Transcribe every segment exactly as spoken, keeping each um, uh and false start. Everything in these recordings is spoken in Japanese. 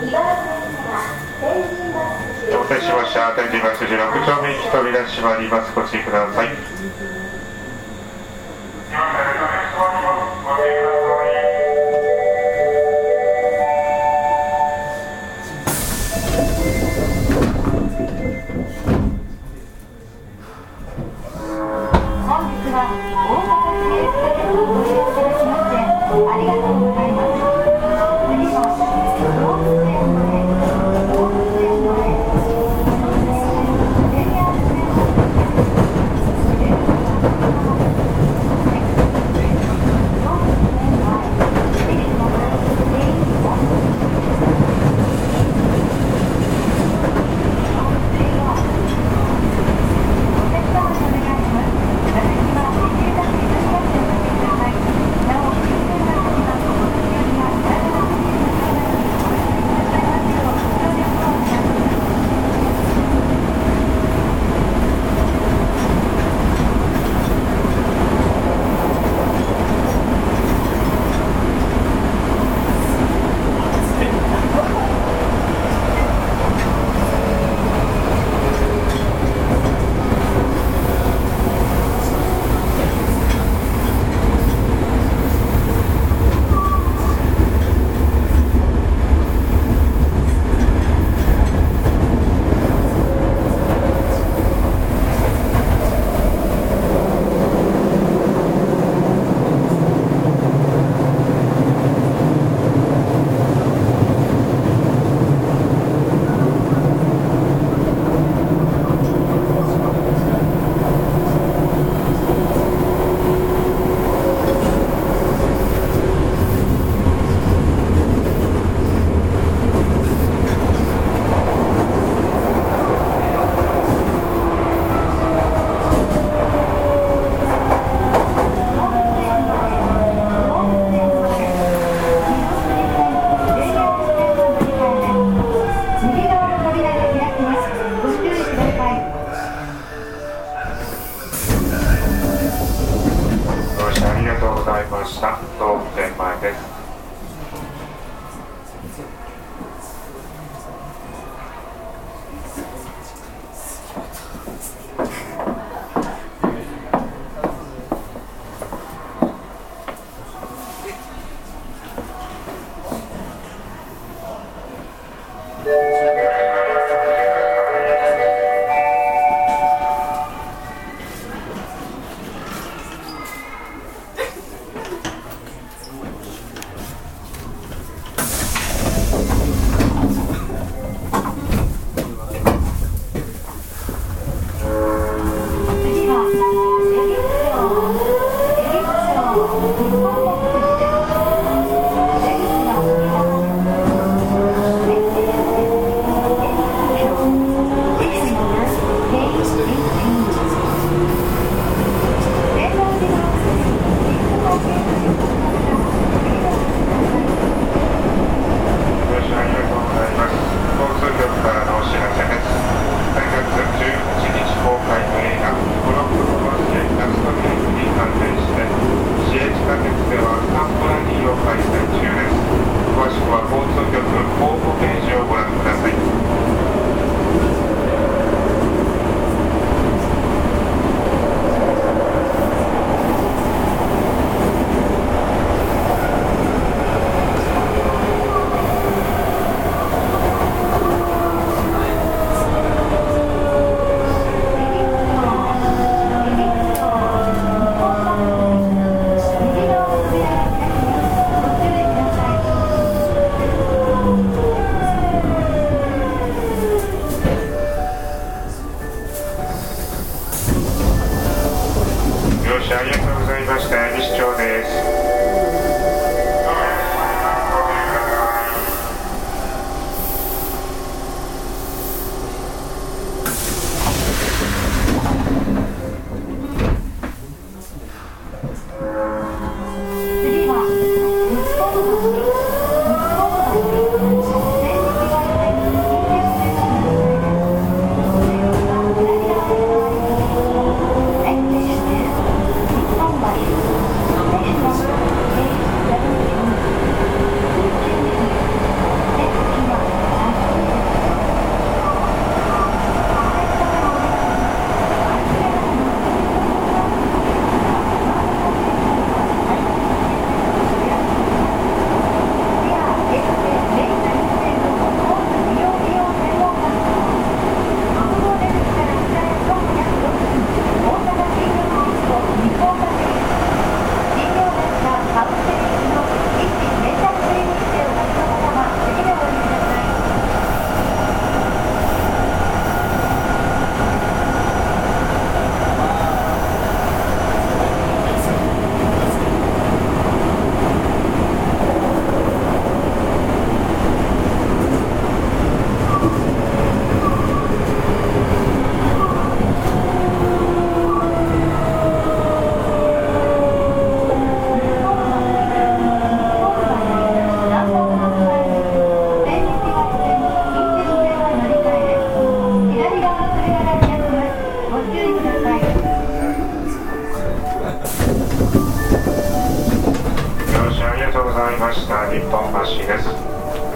到着しました。天神橋筋ろく丁目行き扉閉まります。ご注意ください。 本日は大型ステージでご利用いただきましてありがとうございます。次は動物園まで動物園まで動物園前です。 ご注意ください。 いました日本橋です。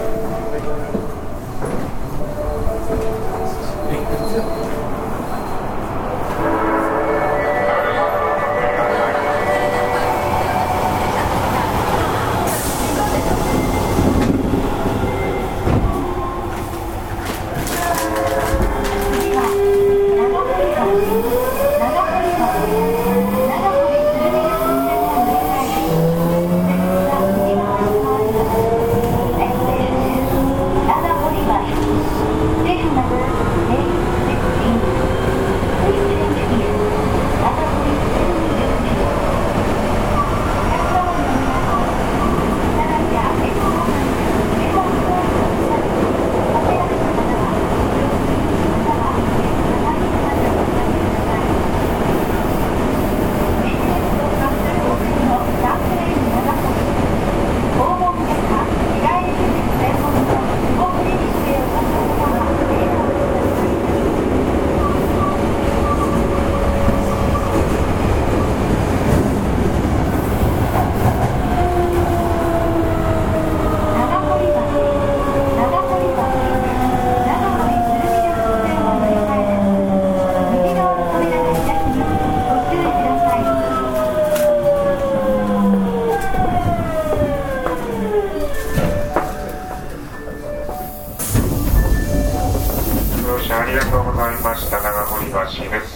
ありがとうございました。長堀橋です。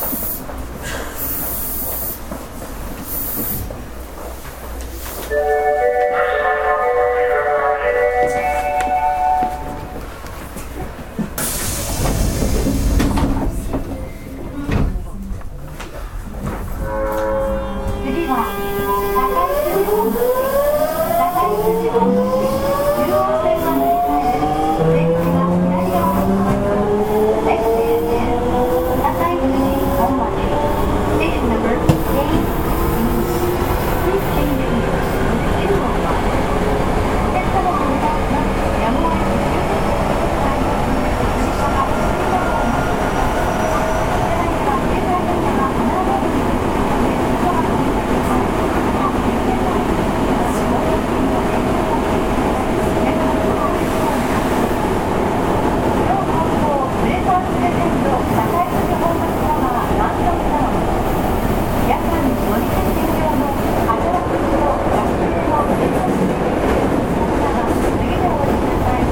次は高井筋本町、高井筋本町、中央線が乗り換える。出口は左側に変わります。Next station, 高井筋本町。Station number eight. Please change here to two oh one. お客様をお願いします。やむを得ず終点にお越しください。次からお進みの方になります。車内では携帯電話が離れないように、お手数をお願いします。また、電源の入り口はご電源の電源をお入れください。皆様どうもありがとうございます。両方向ブレーカーズプレゼント高井筋本町タワーランドタワー。夜間乗り換え専用の働く人学生のブレーカーズプレゼント。皆様次でお降りください。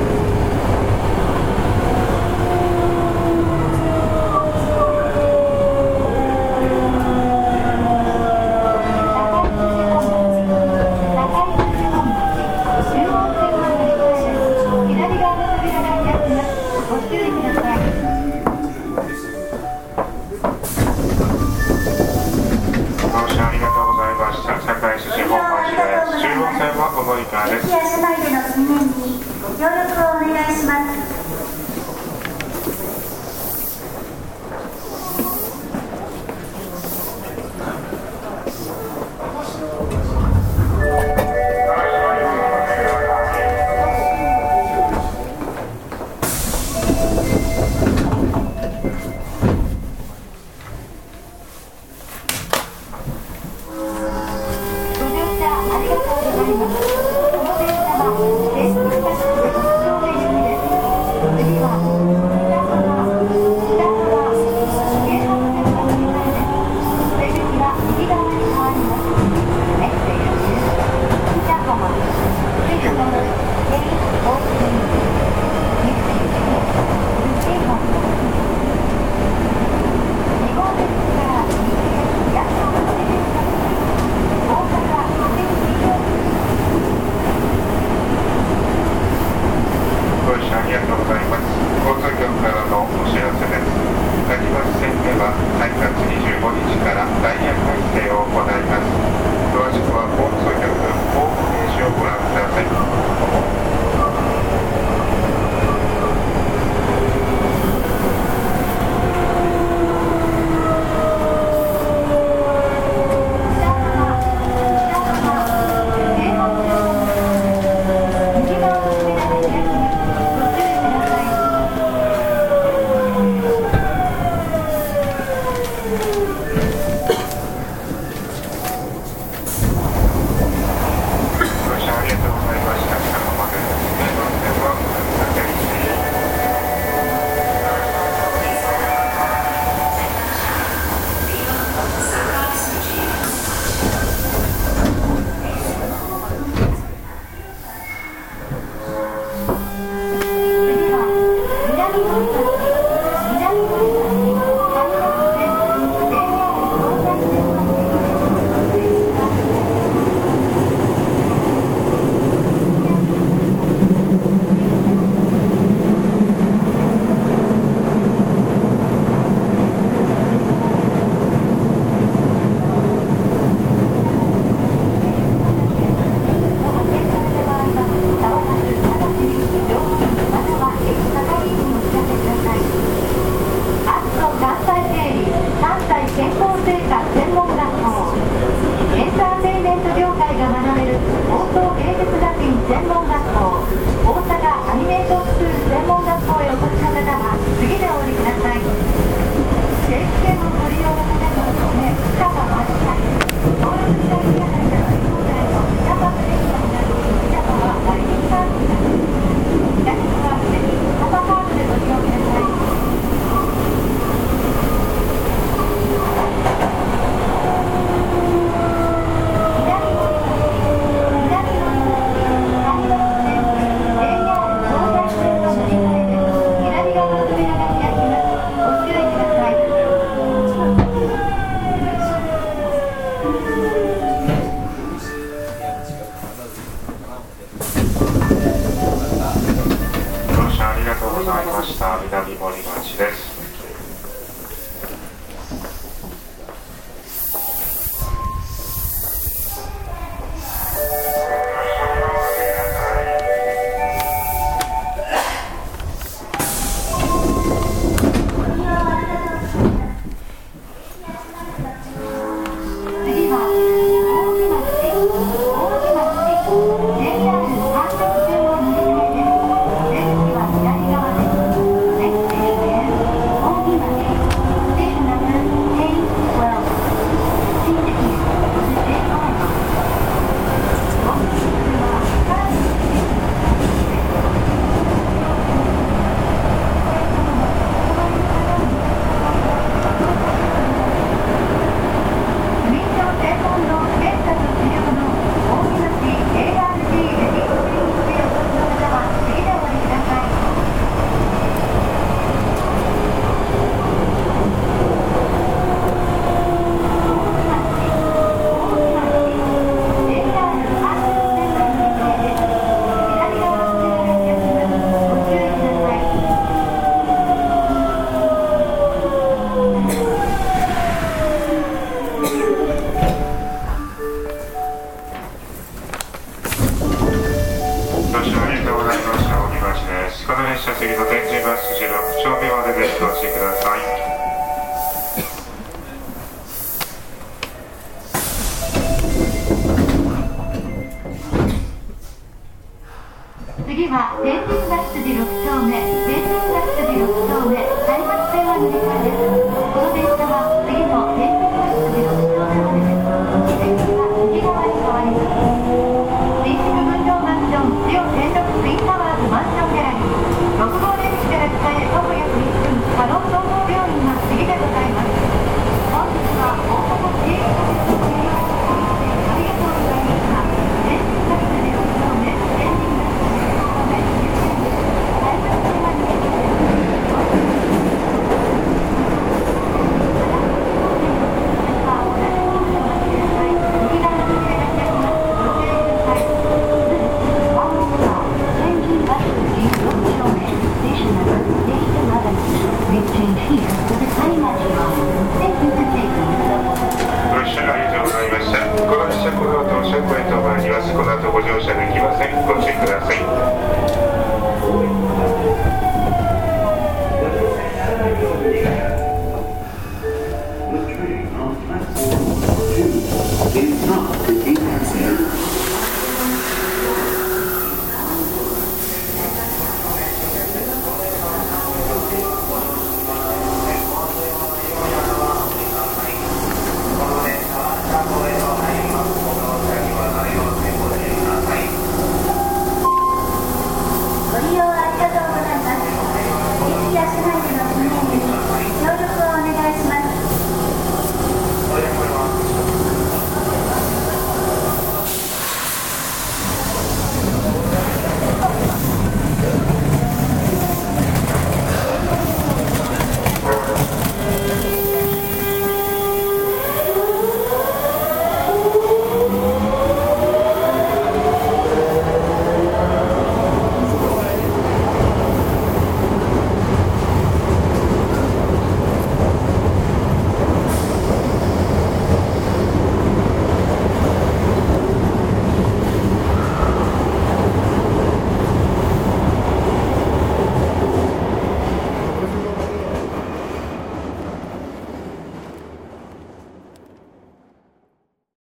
駅や車内での禁煙にご協力をお願いします。 ご乗車ありがとうございます。この電車は全国各地で発送メニューです。次は北浜、北浜、京阪線が乗り換えです。出口は右側に変わります。Next station is 北浜。Please remember K O T. Next station is 京阪。に号線から右へ約さんじゅっぷんです。大阪、八王子ございました。南森町です。 次は天神橋筋ろく丁目、天神橋筋ろく丁目、開発線は乗り換えです。この電車は次の天神橋筋ろく丁目までです。電車は右側に変わります。新宿分譲マンション、ジオ天禄ツインタワーズマンションギャラリー、ろく号電車から北へ徒歩約いっぷん、加納総合病院が次でございます。本日は大阪市営地下鉄の停車ありがとうございました。天神橋筋ろく丁目、天神橋この後、車庫へと参ります。この後ご乗車できません。ご注意ください。